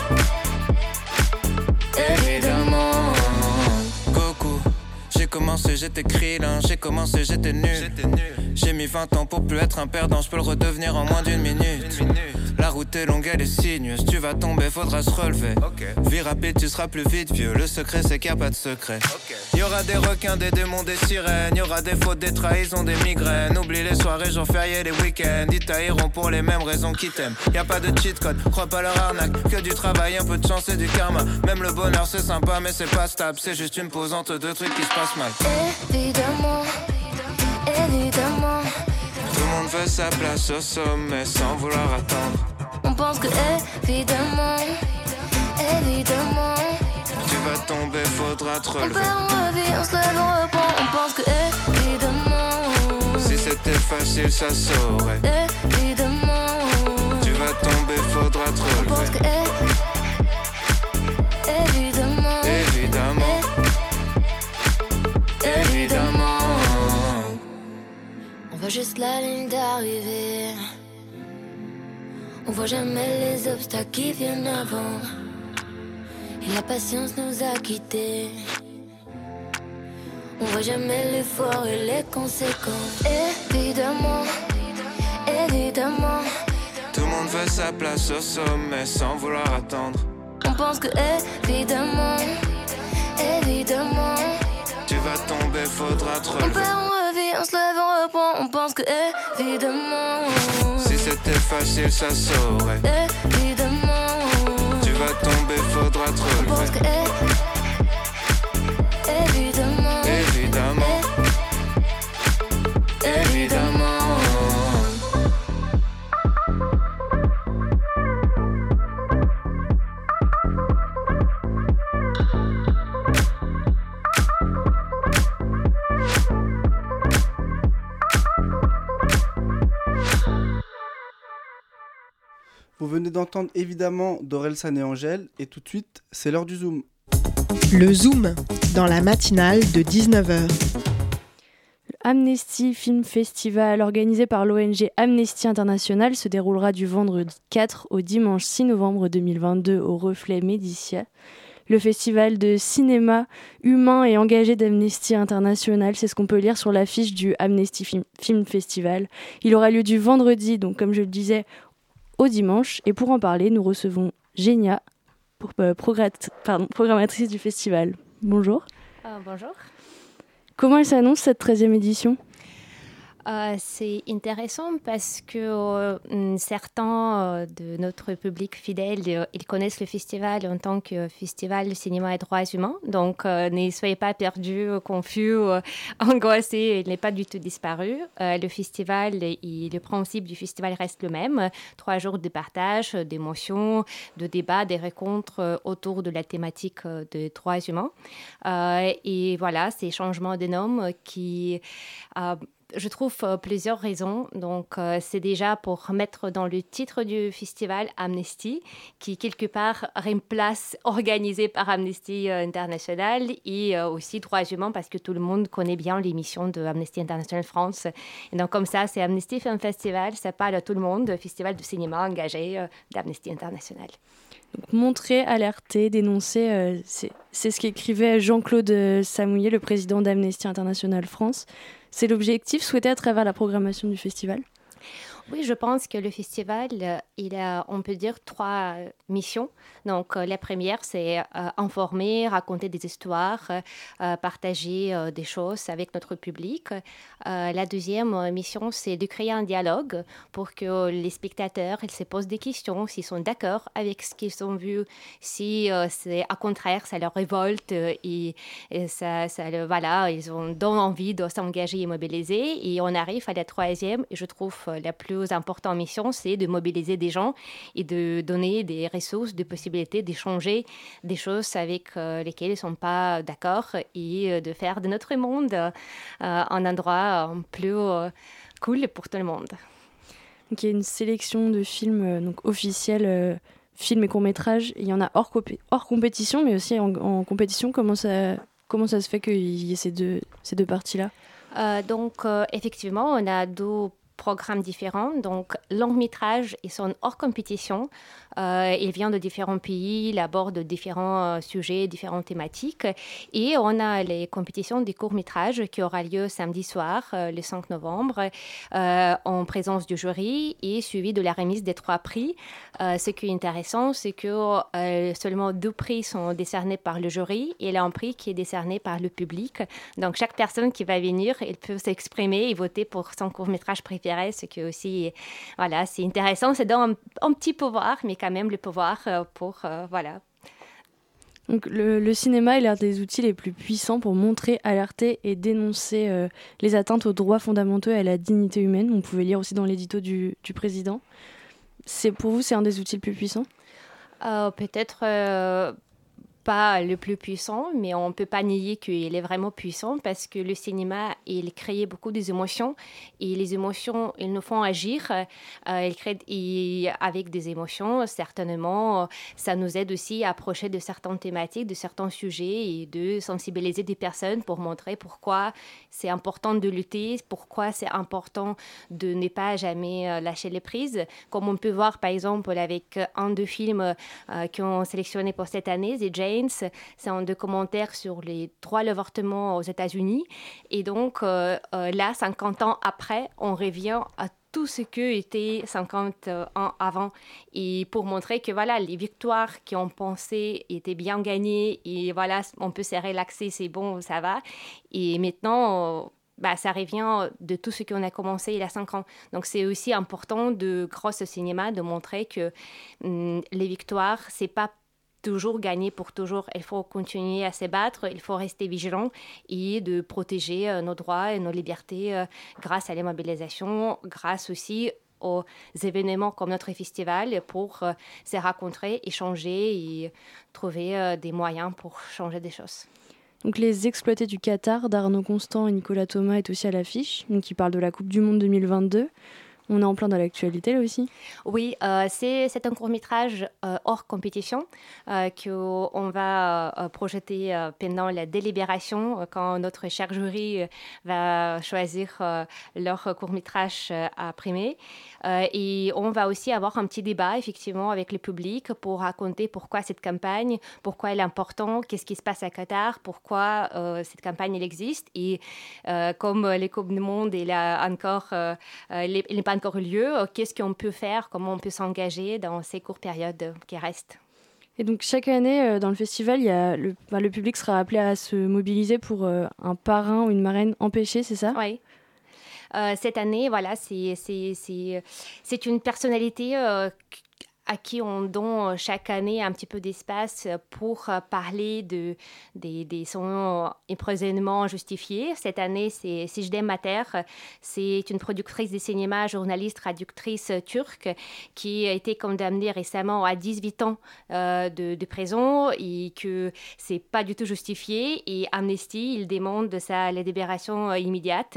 évidemment. Goku, j'ai commencé, j'étais Krillin. J'ai commencé, j'étais nul. J'ai mis 20 ans pour plus être un perdant. Je peux le redevenir en moins d'une minute. La route est longue, elle est sinueuse. Tu vas tomber, faudra se relever. Vie rapide, tu seras plus vite vieux. Le secret, c'est qu'il n'y a pas de secret. Y'aura des requins, des démons, des sirènes. Y'aura des fautes, des trahisons, des migraines. Oublie les soirées, jours fériés, les week-ends. Ils tailleront pour les mêmes raisons qu'ils t'aiment. Y a pas de cheat code, crois pas leur arnaque. Que du travail, un peu de chance et du karma. Même le bonheur, c'est sympa, mais c'est pas stable. C'est juste une pause entre deux trucs qui se passent mal. évidemment, évidemment. Tout le monde veut sa place au sommet sans vouloir attendre. On pense que évidemment, évidemment. Tu vas tomber, faudra te On relever. perd, on revit, on se lève, on reprend. On pense que évidemment, Si c'était facile, ça saurait. évidemment, Tu vas tomber, faudra te on pense relever. que évidemment, Évidemment, évidemment. on voit juste la ligne d'arrivée. On voit jamais les obstacles qui viennent avant. Et la patience nous a quittés. On voit jamais l'effort et les conséquences. Évidemment, évidemment. Tout le monde veut sa place au sommet sans vouloir attendre. On pense que évidemment, évidemment. Tu vas tomber, faudra te On relever. perd, on revit, on se lève, on reprend. On pense que évidemment, Si c'était facile, ça saurait. évidemment. Tu vas tomber, faudra te On pense relever. que évidemment, Évidemment, évidemment. Vous venez d'entendre évidemment d'Orelsan et Angèle, et tout de suite, c'est l'heure du Zoom. Le Zoom, dans la matinale de 19h. Amnesty Film Festival, organisé par l'ONG Amnesty International, se déroulera du vendredi 4 au dimanche 6 novembre 2022 au Reflet Médicia. Le festival de cinéma humain et engagé d'Amnesty International, c'est ce qu'on peut lire sur l'affiche du Amnesty Film Festival. Il aura lieu du vendredi, donc comme je le disais, au dimanche. Et pour en parler, nous recevons Génia, programmatrice du festival. Bonjour. Bonjour. Comment elle s'annonce cette 13e édition ? C'est intéressant parce que certains de notre public fidèle, ils connaissent le festival en tant que festival de cinéma et droits humains. Donc, ne soyez pas perdus, confus, angoissés, il n'est pas du tout disparu. Le festival, le principe du festival reste le même. 3 jours de partage, d'émotions, de débats, des rencontres autour de la thématique des droits humains. Et voilà, ces changements de nom qui... je trouve plusieurs raisons. Donc, c'est déjà pour mettre dans le titre du festival Amnesty, qui quelque part remplace organisé par Amnesty International et aussi droits humains parce que tout le monde connaît bien l'émission de Amnesty International France. Et donc, comme ça, c'est Amnesty Film Festival, ça parle à tout le monde, festival de cinéma engagé d'Amnesty International. Donc, montrer, alerter, dénoncer, c'est ce qu'écrivait Jean-Claude Samouillet, le président d'Amnesty International France. C'est l'objectif souhaité à travers la programmation du festival ? Oui, je pense que le festival, il a, on peut dire, 3 missions. Donc, la première, c'est informer, raconter des histoires, partager des choses avec notre public. La deuxième mission, c'est de créer un dialogue pour que les spectateurs ils se posent des questions, s'ils sont d'accord avec ce qu'ils ont vu, si c'est au contraire, ça leur révolte et voilà, ils ont donc envie de s'engager et mobiliser. Et on arrive à la troisième, et je trouve la plus importante mission, c'est de mobiliser des gens et de donner des ressources, des possibilités d'échanger des choses avec lesquelles ils ne sont pas d'accord et de faire de notre monde un endroit plus cool pour tout le monde. Donc, il y a une sélection de films officiels films et courts-métrages, il y en a hors compétition, mais aussi en compétition. Comment ça se fait qu'il y ait ces deux parties-là ? Donc, effectivement, on a deux programmes différents. Donc, long-métrage, ils sont hors compétition. Ils viennent de différents pays, ils abordent différents sujets, différentes thématiques. Et on a les compétitions des courts-métrages qui aura lieu samedi soir, le 5 novembre, en présence du jury et suivi de la remise des 3 prix. Ce qui est intéressant, c'est que seulement 2 prix sont décernés par le jury et un prix qui est décerné par le public. Donc, chaque personne qui va venir, elle peut s'exprimer et voter pour son court-métrage préféré, ce qui est aussi, voilà, c'est intéressant. C'est dans un petit pouvoir, mais quand même le pouvoir voilà. Donc le cinéma est l'un des outils les plus puissants pour montrer, alerter et dénoncer les atteintes aux droits fondamentaux et à la dignité humaine. On pouvait lire aussi dans l'édito du président. Pour vous, c'est un des outils les plus puissants ? Peut-être pas le plus puissant, mais on ne peut pas nier qu'il est vraiment puissant parce que le cinéma, il crée beaucoup d'émotions et les émotions, ils nous font agir. Et avec des émotions, certainement, ça nous aide aussi à approcher de certaines thématiques, de certains sujets et de sensibiliser des personnes pour montrer pourquoi c'est important de lutter, pourquoi c'est important de ne pas jamais lâcher les prises. Comme on peut voir, par exemple, avec un des films qu'on a sélectionné pour cette année, The Jane. C'est un documentaire sur les droits à l'avortement aux États-Unis. Et donc, là, 50 ans après, on revient à tout ce qui était 50 ans avant. Et pour montrer que voilà, les victoires qu'on pensait étaient bien gagnées, et voilà, on peut se relaxer, c'est bon, ça va. Et maintenant, ça revient de tout ce qu'on a commencé il y a 5 ans. Donc, c'est aussi important, grâce au cinéma, de montrer que les victoires, c'est pas toujours gagner pour toujours. Il faut continuer à se battre, il faut rester vigilant et de protéger nos droits et nos libertés grâce à la mobilisation, grâce aussi aux événements comme notre festival pour se rencontrer, échanger et trouver des moyens pour changer des choses. Donc Les Exploités du Qatar d'Arnaud Constant et Nicolas Thomas est aussi à l'affiche, donc qui parle de la Coupe du Monde 2022. On est en plein dans l'actualité là aussi. Oui, c'est un court-métrage hors compétition qu'on va projeter pendant la délibération quand notre cher jury va choisir leur court-métrage à primer. Et on va aussi avoir un petit débat effectivement avec le public pour raconter pourquoi cette campagne, pourquoi elle est importante, qu'est-ce qui se passe à Qatar, pourquoi cette campagne elle existe. Et comme les Coupes du Monde, il n'est pas encore eu lieu, qu'est-ce qu'on peut faire, comment on peut s'engager dans ces courtes périodes qui restent. Et donc chaque année, dans le festival, le public sera appelé à se mobiliser pour un parrain ou une marraine empêchée, c'est ça ? Oui. Cette année, voilà, c'est une personnalité à qui on donne chaque année un petit peu d'espace pour parler de son emprisonnement justifié. Cette année, c'est Sijdem Mater. C'est une productrice de cinéma, journaliste, traductrice turque qui a été condamnée récemment à 18 ans de prison et que c'est pas du tout justifié. Et Amnesty, il demande sa libération immédiate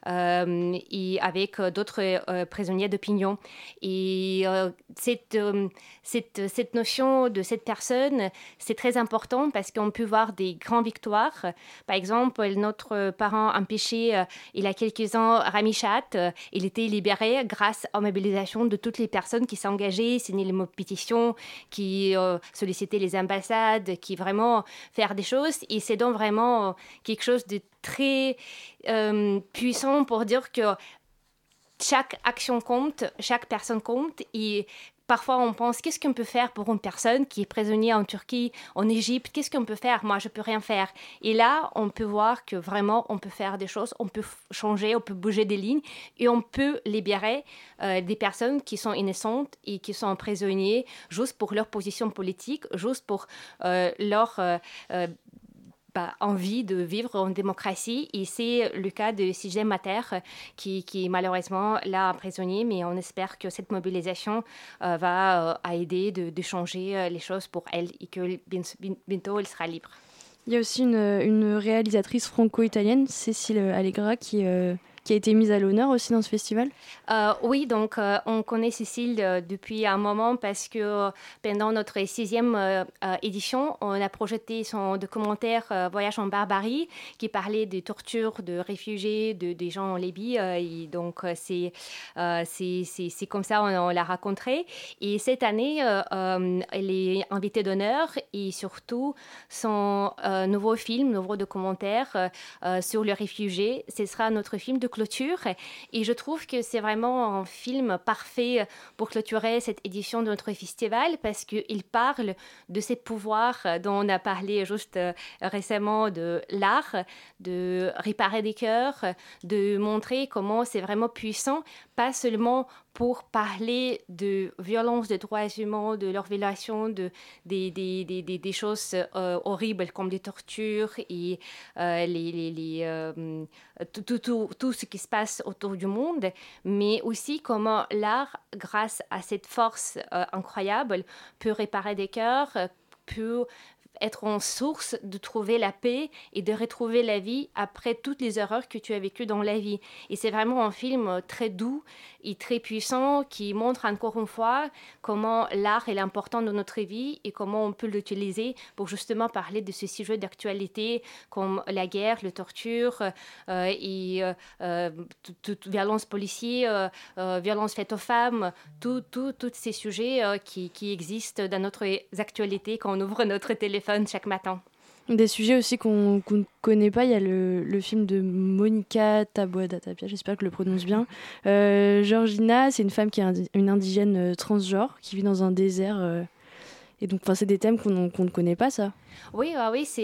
et avec d'autres prisonniers d'opinion. Et cette notion de cette personne, c'est très important parce qu'on peut voir des grandes victoires. Par exemple, notre parent empêché, il y a quelques ans, Rami Chat, il était libéré grâce à la mobilisation de toutes les personnes qui s'engageaient, signaient les pétitions, qui sollicitaient les ambassades, qui vraiment faire des choses. Et c'est donc vraiment quelque chose de très puissant pour dire que chaque action compte, chaque personne compte. Et parfois, on pense, qu'est-ce qu'on peut faire pour une personne qui est prisonnière en Turquie, en Égypte? Qu'est-ce qu'on peut faire? Moi, je ne peux rien faire. Et là, on peut voir que vraiment, on peut faire des choses, on peut changer, on peut bouger des lignes et on peut libérer des personnes qui sont innocentes et qui sont prisonniers juste pour leur position politique, juste pour leur envie de vivre en démocratie. Et c'est le cas de Sijdem Mater qui malheureusement l'a emprisonné, mais on espère que cette mobilisation va aider de changer les choses pour elle et que bientôt elle sera libre. Il y a aussi une réalisatrice franco-italienne, Cécile Allegra, qui qui a été mise à l'honneur aussi dans ce festival. Oui, donc on connaît Cécile depuis un moment parce que pendant notre 6e édition, on a projeté son documentaire Voyage en Barbarie qui parlait des tortures de réfugiés, des gens en Libye. Et donc c'est comme ça on l'a rencontrée. Et cette année, elle est invitée d'honneur et surtout son nouveau documentaire sur les réfugiés. Ce sera notre film de clôture et je trouve que c'est vraiment un film parfait pour clôturer cette édition de notre festival parce qu'il parle de ces pouvoirs dont on a parlé juste récemment, de l'art, de réparer des cœurs, de montrer comment c'est vraiment puissant, pas seulement pour parler de violence des droits humains, de leur violation, des choses horribles comme les tortures et tout ce qui se passe autour du monde, mais aussi comment l'art, grâce à cette force incroyable, peut réparer des cœurs, peut être en source de trouver la paix et de retrouver la vie après toutes les erreurs que tu as vécues dans la vie. Et c'est vraiment un film très doux et très puissant qui montre encore une fois comment l'art est important dans notre vie et comment on peut l'utiliser pour justement parler de ce sujet d'actualité comme la guerre, la torture et toute violence policière, violence faite aux femmes, tous ces sujets qui existent dans notre actualité quand on ouvre notre téléphone chaque matin. Des sujets aussi qu'on ne connaît pas, il y a le film de Monica Taboada-Tapia, j'espère que je le prononce bien. Georgina, c'est une femme qui est une indigène transgenre qui vit dans un désert. Et donc, c'est des thèmes qu'on ne connaît pas, ça. Oui,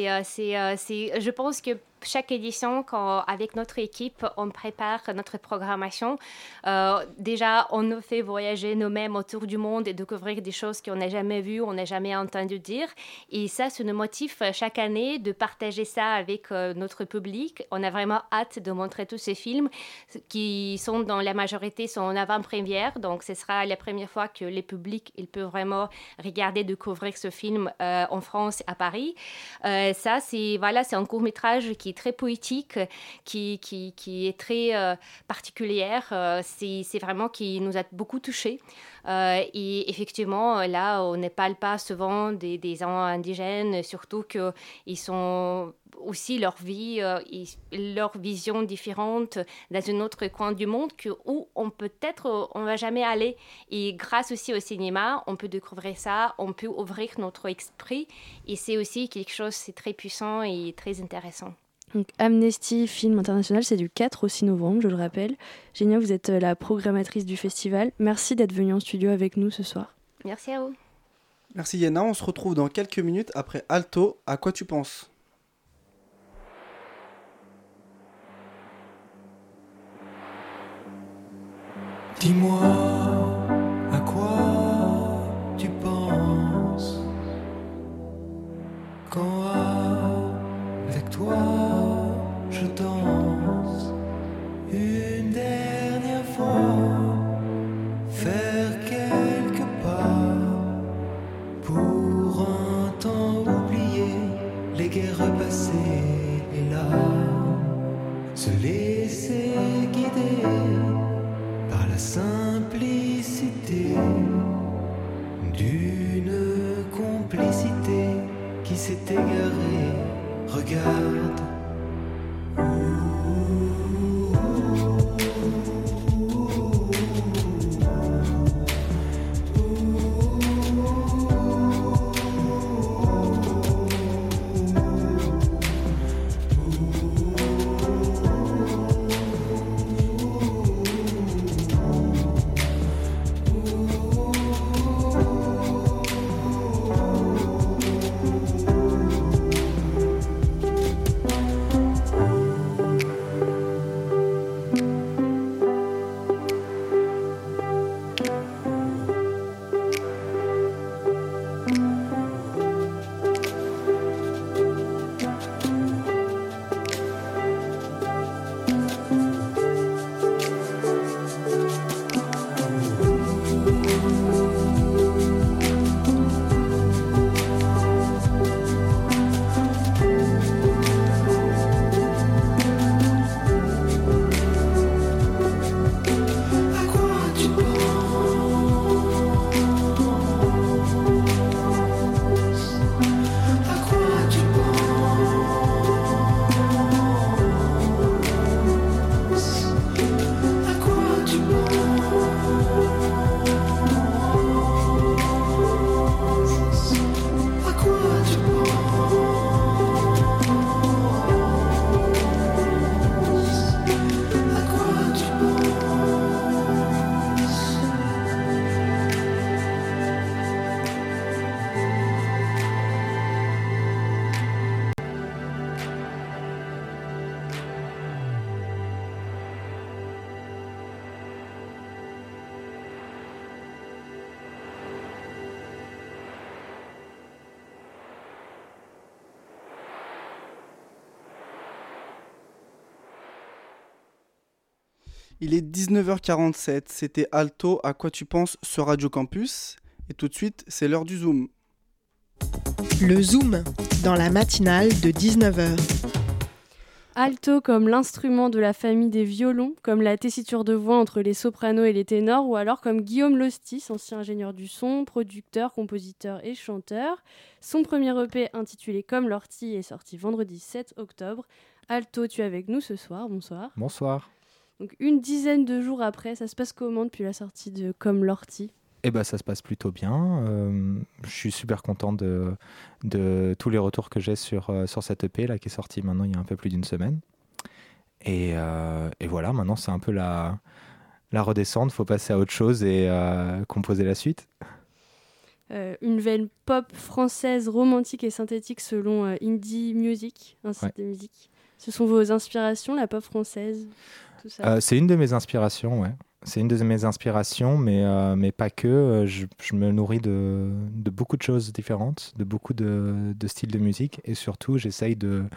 je pense que chaque édition, avec notre équipe, on prépare notre programmation. Déjà, on nous fait voyager nous-mêmes autour du monde et découvrir des choses qu'on n'a jamais vues, on n'a jamais entendu dire. Et ça nous motive chaque année de partager ça avec notre public. On a vraiment hâte de montrer tous ces films qui sont, dans la majorité, sont en avant-première. Donc, ce sera la première fois que les publics peuvent vraiment regarder, découvrir ce film en France, à Paris. Ça, c'est un court-métrage qui est très poétique, qui est très particulière. C'est vraiment qui nous a beaucoup touchés. Et effectivement, là, on ne parle pas souvent des gens indigènes, surtout qu'ils sont aussi leur vie et leur vision différente dans un autre coin du monde où on ne va jamais aller. Et grâce aussi au cinéma, on peut découvrir ça, on peut ouvrir notre esprit. Et c'est aussi quelque chose de très puissant et très intéressant. Donc, Amnesty Film International, c'est du 4 au 6 novembre, je le rappelle. Génia, vous êtes la programmatrice du festival. Merci d'être venue en studio avec nous ce soir. Merci à vous. Merci Yéna, on se retrouve dans quelques minutes après Alto. À quoi tu penses ? Dis-moi, à quoi tu penses quand avec toi je danse une dernière fois, faire quelques pas pour un temps oublié, les guerres passées, les larmes, se laisser guider par la simplicité d'une complicité qui s'est égarée. Regarde. Il est 19h47, c'était Alto, à quoi tu penses sur Radio Campus. Et tout de suite, c'est l'heure du Zoom. Le Zoom, dans la matinale de 19h. Alto comme l'instrument de la famille des violons, comme la tessiture de voix entre les sopranos et les ténors, ou alors comme Guillaume Lostis, ancien ingénieur du son, producteur, compositeur et chanteur. Son premier EP intitulé Comme l'ortie est sorti vendredi 7 octobre. Alto, tu es avec nous ce soir, bonsoir. Bonsoir. Donc une dizaine de jours après, ça se passe comment depuis la sortie de Comme l'ortie ? Eh ben, ça se passe plutôt bien. Je suis super content de tous les retours que j'ai sur cette EP là, qui est sortie maintenant il y a un peu plus d'une semaine. Et voilà, maintenant c'est un peu la redescente. Il faut passer à autre chose et composer la suite. Une veine pop française romantique et synthétique selon Indie Music, un site de musique. Ce sont vos inspirations, la pop française, tout ça C'est une de mes inspirations, ouais. C'est une de mes inspirations, mais pas que. Je me nourris de beaucoup de choses différentes, de beaucoup de styles de musique. Et surtout, j'essaye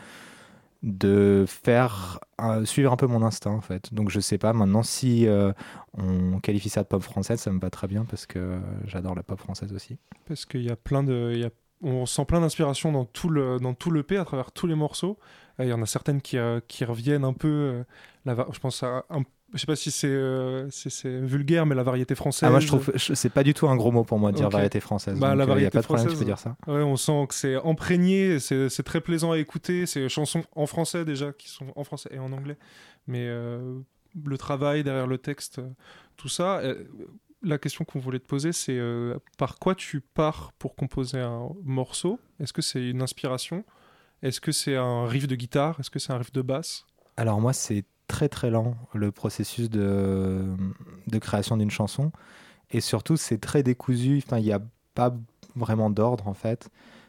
de faire suivre un peu mon instinct, en fait. Donc, je sais pas, maintenant, si on qualifie ça de pop française, ça me va très bien parce que j'adore la pop française aussi. Parce qu'il y a on sent plein d'inspiration dans tout l'EP, à travers tous les morceaux. Il y en a certaines qui reviennent un peu. Je pense à je sais pas si c'est vulgaire, mais la variété française. Ah, moi, je trouve c'est pas du tout un gros mot pour moi de dire variété française. Bah, la variété y a pas de française, problème, tu peux dire ça. Ouais, on sent que c'est imprégné, c'est très plaisant à écouter. C'est des chansons en français déjà, qui sont en français et en anglais. Mais le travail derrière le texte, tout ça. La question qu'on voulait te poser, c'est par quoi tu pars pour composer un morceau ? Est-ce que c'est une inspiration ? Est-ce que c'est un riff de guitare ? Est-ce que c'est un riff de basse ? Alors moi, c'est très très lent le processus de création d'une chanson. Et surtout, c'est très décousu. Enfin, il n'y a pas vraiment d'ordre, en fait.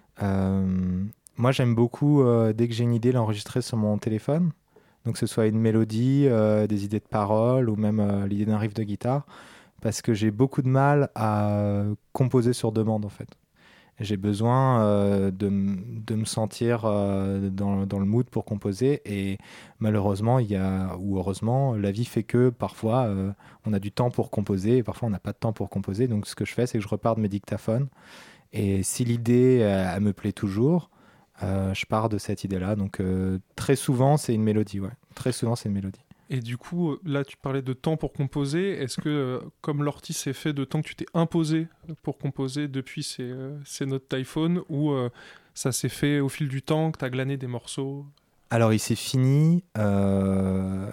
Moi, j'aime beaucoup, dès que j'ai une idée, l'enregistrer sur mon téléphone. Donc, que ce soit une mélodie, des idées de paroles ou même l'idée d'un riff de guitare. Parce que j'ai beaucoup de mal à composer sur demande, en fait. J'ai besoin de me sentir dans le mood pour composer. Et malheureusement, ou heureusement, la vie fait que parfois, on a du temps pour composer et parfois, on n'a pas de temps pour composer. Donc, ce que je fais, c'est que je repars de mes dictaphones. Et si l'idée, elle me plaît toujours, je pars de cette idée-là. Donc, très souvent, c'est une mélodie. Ouais. Très souvent, c'est une mélodie. Et du coup, là, tu parlais de temps pour composer. Est-ce que, comme l'ortie s'est fait de temps que tu t'es imposé pour composer depuis ces notes d'iPhone, ou ça s'est fait au fil du temps, que tu as glané des morceaux ? Alors, il s'est fini un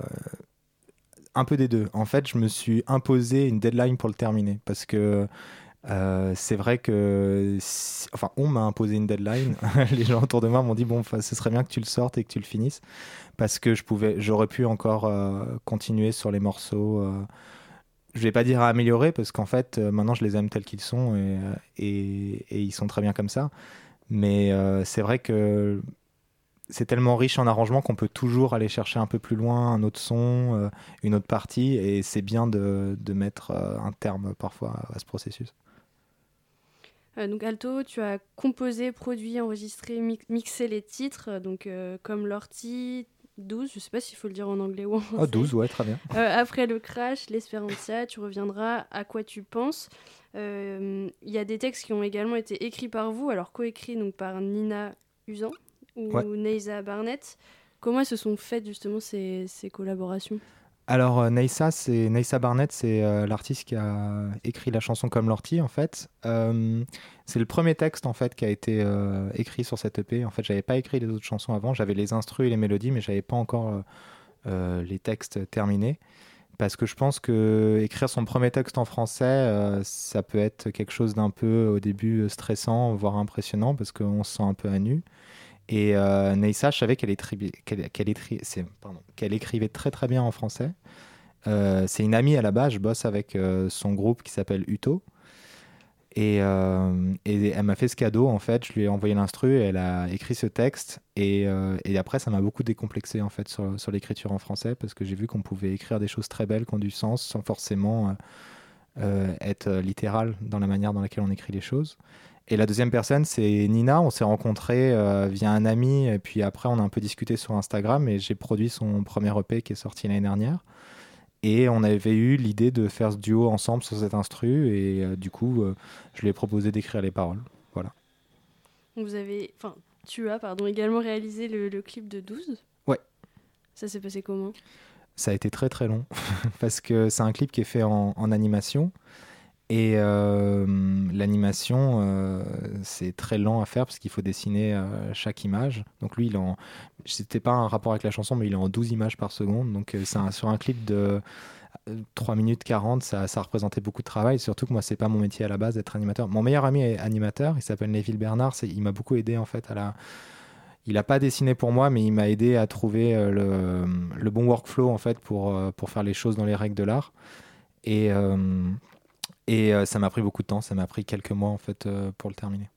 peu des deux. En fait, je me suis imposé une deadline pour le terminer, parce que c'est vrai que... Enfin, on m'a imposé une deadline. Les gens autour de moi m'ont dit, bon, ce serait bien que tu le sortes et que tu le finisses. Parce que j'aurais pu encore continuer sur les morceaux. Je vais pas dire à améliorer, parce qu'en fait, maintenant, je les aime tels qu'ils sont et ils sont très bien comme ça. Mais c'est vrai que c'est tellement riche en arrangements qu'on peut toujours aller chercher un peu plus loin un autre son, une autre partie. Et c'est bien de mettre un terme parfois à ce processus. Donc Alto, tu as composé, produit, enregistré, mixé les titres, donc comme l'ortie, 12, je sais pas s'il faut le dire en anglais ou en français. 12, ouais, très bien. Après le crash, l'Espérantia, tu reviendras, à quoi tu penses. Il y a des textes qui ont également été écrits par vous, alors coécrits donc par Nina Usan ou Neisa Barnett. Comment elles se sont faites justement ces collaborations ? Alors Neisa Barnett, c'est l'artiste qui a écrit la chanson Comme l'ortie, en fait. C'est le premier texte en fait qui a été écrit sur cette EP. En fait, j'avais pas écrit les autres chansons avant. J'avais les instrus et les mélodies, mais j'avais pas encore les textes terminés. Parce que je pense que écrire son premier texte en français, ça peut être quelque chose d'un peu au début stressant, voire impressionnant, parce qu'on se sent un peu à nu. Et Neisa, je savais qu'elle écrivait très très bien en français. C'est une amie à la base, je bosse avec son groupe qui s'appelle Uto. Et elle m'a fait ce cadeau, en fait. Je lui ai envoyé l'instru et elle a écrit ce texte. Et après, ça m'a beaucoup décomplexé en fait, sur l'écriture en français, parce que j'ai vu qu'on pouvait écrire des choses très belles qui ont du sens sans forcément être littéral dans la manière dans laquelle on écrit les choses. Et la deuxième personne, c'est Nina. On s'est rencontrés via un ami, et puis après, on a un peu discuté sur Instagram, et j'ai produit son premier EP qui est sorti l'année dernière. Et on avait eu l'idée de faire ce duo ensemble sur cet instru. Et du coup, je lui ai proposé d'écrire les paroles. Voilà. Tu as également réalisé le clip de 12 ? Ouais. Ça s'est passé comment ? Ça a été très très long parce que c'est un clip qui est fait en animation. Et l'animation, c'est très lent à faire parce qu'il faut dessiner chaque image. Donc lui, c'était pas un rapport avec la chanson, mais il est en 12 images par seconde. Donc sur un clip de 3 minutes 40, ça représentait beaucoup de travail. Surtout que moi, c'est pas mon métier à la base d'être animateur. Mon meilleur ami est animateur, il s'appelle Neville Bernard. Il m'a beaucoup aidé en fait Il n'a pas dessiné pour moi, mais il m'a aidé à trouver le bon workflow en fait pour faire les choses dans les règles de l'art. Et ça m'a pris beaucoup de temps, ça m'a pris quelques mois en fait pour le terminer.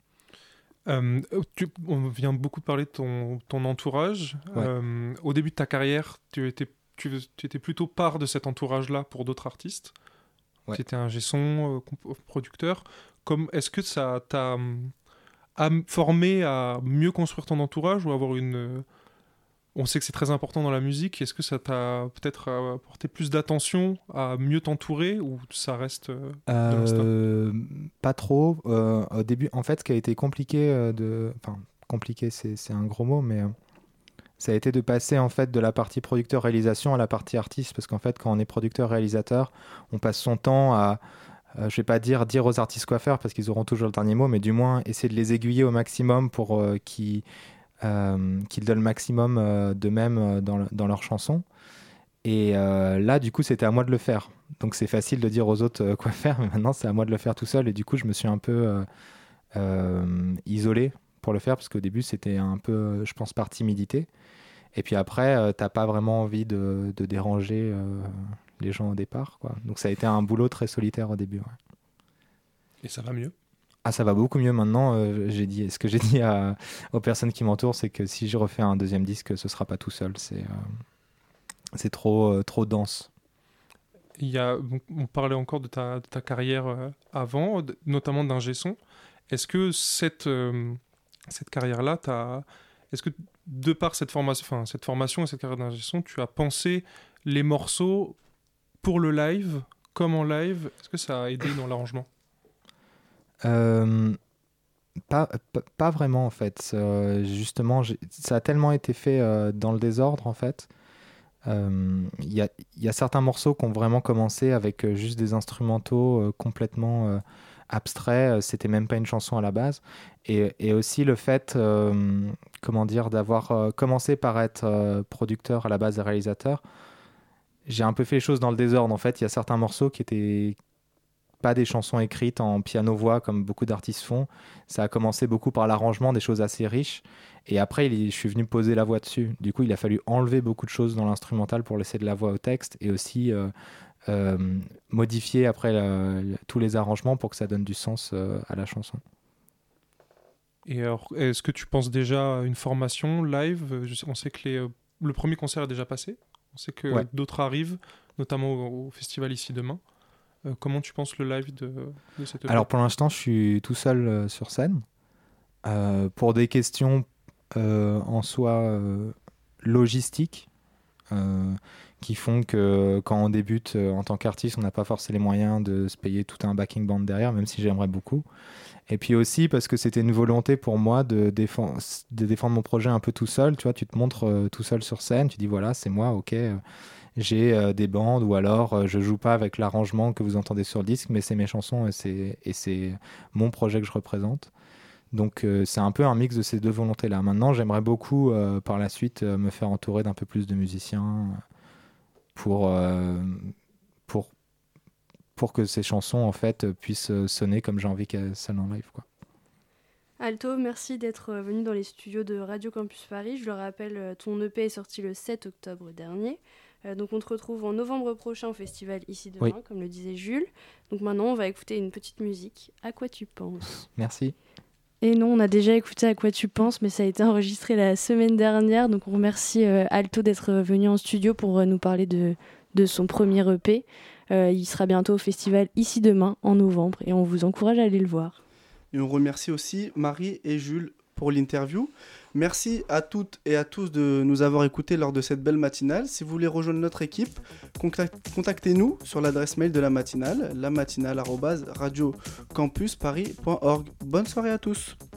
On vient beaucoup parler de ton entourage. Ouais. Au début de ta carrière, tu étais plutôt part de cet entourage-là pour d'autres artistes. Ouais. Tu étais ingé son, producteur. Est-ce que ça t'a formé à mieux construire ton entourage ou avoir On sait que c'est très important dans la musique. Est-ce que ça t'a peut-être apporté plus d'attention à mieux t'entourer ou ça reste de l'instinct ? Pas trop. Au début, en fait, ce qui a été compliqué compliqué, c'est un gros mot, mais ça a été de passer en fait de la partie producteur-réalisation à la partie artiste, parce qu'en fait, quand on est producteur-réalisateur, on passe son temps à je vais pas dire aux artistes quoi faire parce qu'ils auront toujours le dernier mot, mais du moins essayer de les aiguiller au maximum pour qu'ils donnent le maximum d'eux-mêmes dans leurs chansons. Et là, du coup, c'était à moi de le faire. Donc, c'est facile de dire aux autres quoi faire, mais maintenant, c'est à moi de le faire tout seul. Et du coup, je me suis un peu isolé pour le faire, parce qu'au début, c'était un peu, je pense, par timidité. Et puis après, t'as pas vraiment envie de déranger les gens au départ, quoi. Donc, ça a été un boulot très solitaire au début. Ouais. Et ça va mieux ? Ah, ça va beaucoup mieux maintenant. Ce que j'ai dit aux personnes qui m'entourent, c'est que si je refais un deuxième disque, ce sera pas tout seul. C'est trop dense. On parlait encore de ta carrière avant, notamment d'ingé son. Est-ce que cette carrière-là, est-ce que de par cette formation et cette carrière d'ingé son, tu as pensé les morceaux pour le live, comme en live ? Est-ce que ça a aidé dans l'arrangement ? Pas vraiment en fait. Justement, ça a tellement été fait dans le désordre en fait. Il y a certains morceaux qui ont vraiment commencé avec juste des instrumentaux complètement abstraits. C'était même pas une chanson à la base. Et aussi le fait, d'avoir commencé par être producteur à la base et réalisateur. J'ai un peu fait les choses dans le désordre en fait. Il y a certains morceaux qui étaient pas des chansons écrites en piano-voix comme beaucoup d'artistes font. Ça a commencé beaucoup par l'arrangement, des choses assez riches. Et après, je suis venu poser la voix dessus. Du coup, il a fallu enlever beaucoup de choses dans l'instrumental pour laisser de la voix au texte et aussi modifier après tous les arrangements pour que ça donne du sens à la chanson. Et alors, est-ce que tu penses déjà à une formation live ? On sait que le premier concert est déjà passé. On sait que d'autres arrivent, notamment au festival Ici Demain. Comment tu penses le live de cette Alors pour l'instant, je suis tout seul sur scène. Pour des questions en soi logistiques, qui font que quand on débute en tant qu'artiste, on n'a pas forcément les moyens de se payer tout un backing band derrière, même si j'aimerais beaucoup. Et puis aussi parce que c'était une volonté pour moi de défendre mon projet un peu tout seul. Tu vois, tu te montres tout seul sur scène, tu dis voilà, c'est moi, ok. J'ai des bandes ou alors je joue pas avec l'arrangement que vous entendez sur le disque, mais c'est mes chansons et c'est mon projet que je représente. Donc c'est un peu un mix de ces deux volontés-là. Maintenant, j'aimerais beaucoup par la suite me faire entourer d'un peu plus de musiciens pour que ces chansons en fait puissent sonner comme j'ai envie qu'elles sonnent en live, quoi. Alto, merci d'être venu dans les studios de Radio Campus Paris. Je le rappelle, ton EP est sorti le 7 octobre dernier. Donc on te retrouve en novembre prochain au festival Ici Demain, comme le disait Jules. Donc maintenant, on va écouter une petite musique. À quoi tu penses ? Merci. Et non, on a déjà écouté À quoi tu penses, mais ça a été enregistré la semaine dernière. Donc on remercie Alto d'être venu en studio pour nous parler de son premier EP. Il sera bientôt au festival Ici Demain en novembre et on vous encourage à aller le voir. Et on remercie aussi Marie et Jules pour l'interview. Merci à toutes et à tous de nous avoir écoutés lors de cette belle matinale. Si vous voulez rejoindre notre équipe, contactez-nous sur l'adresse mail de la matinale, lamatinale@radiocampusparis.org. Bonne soirée à tous.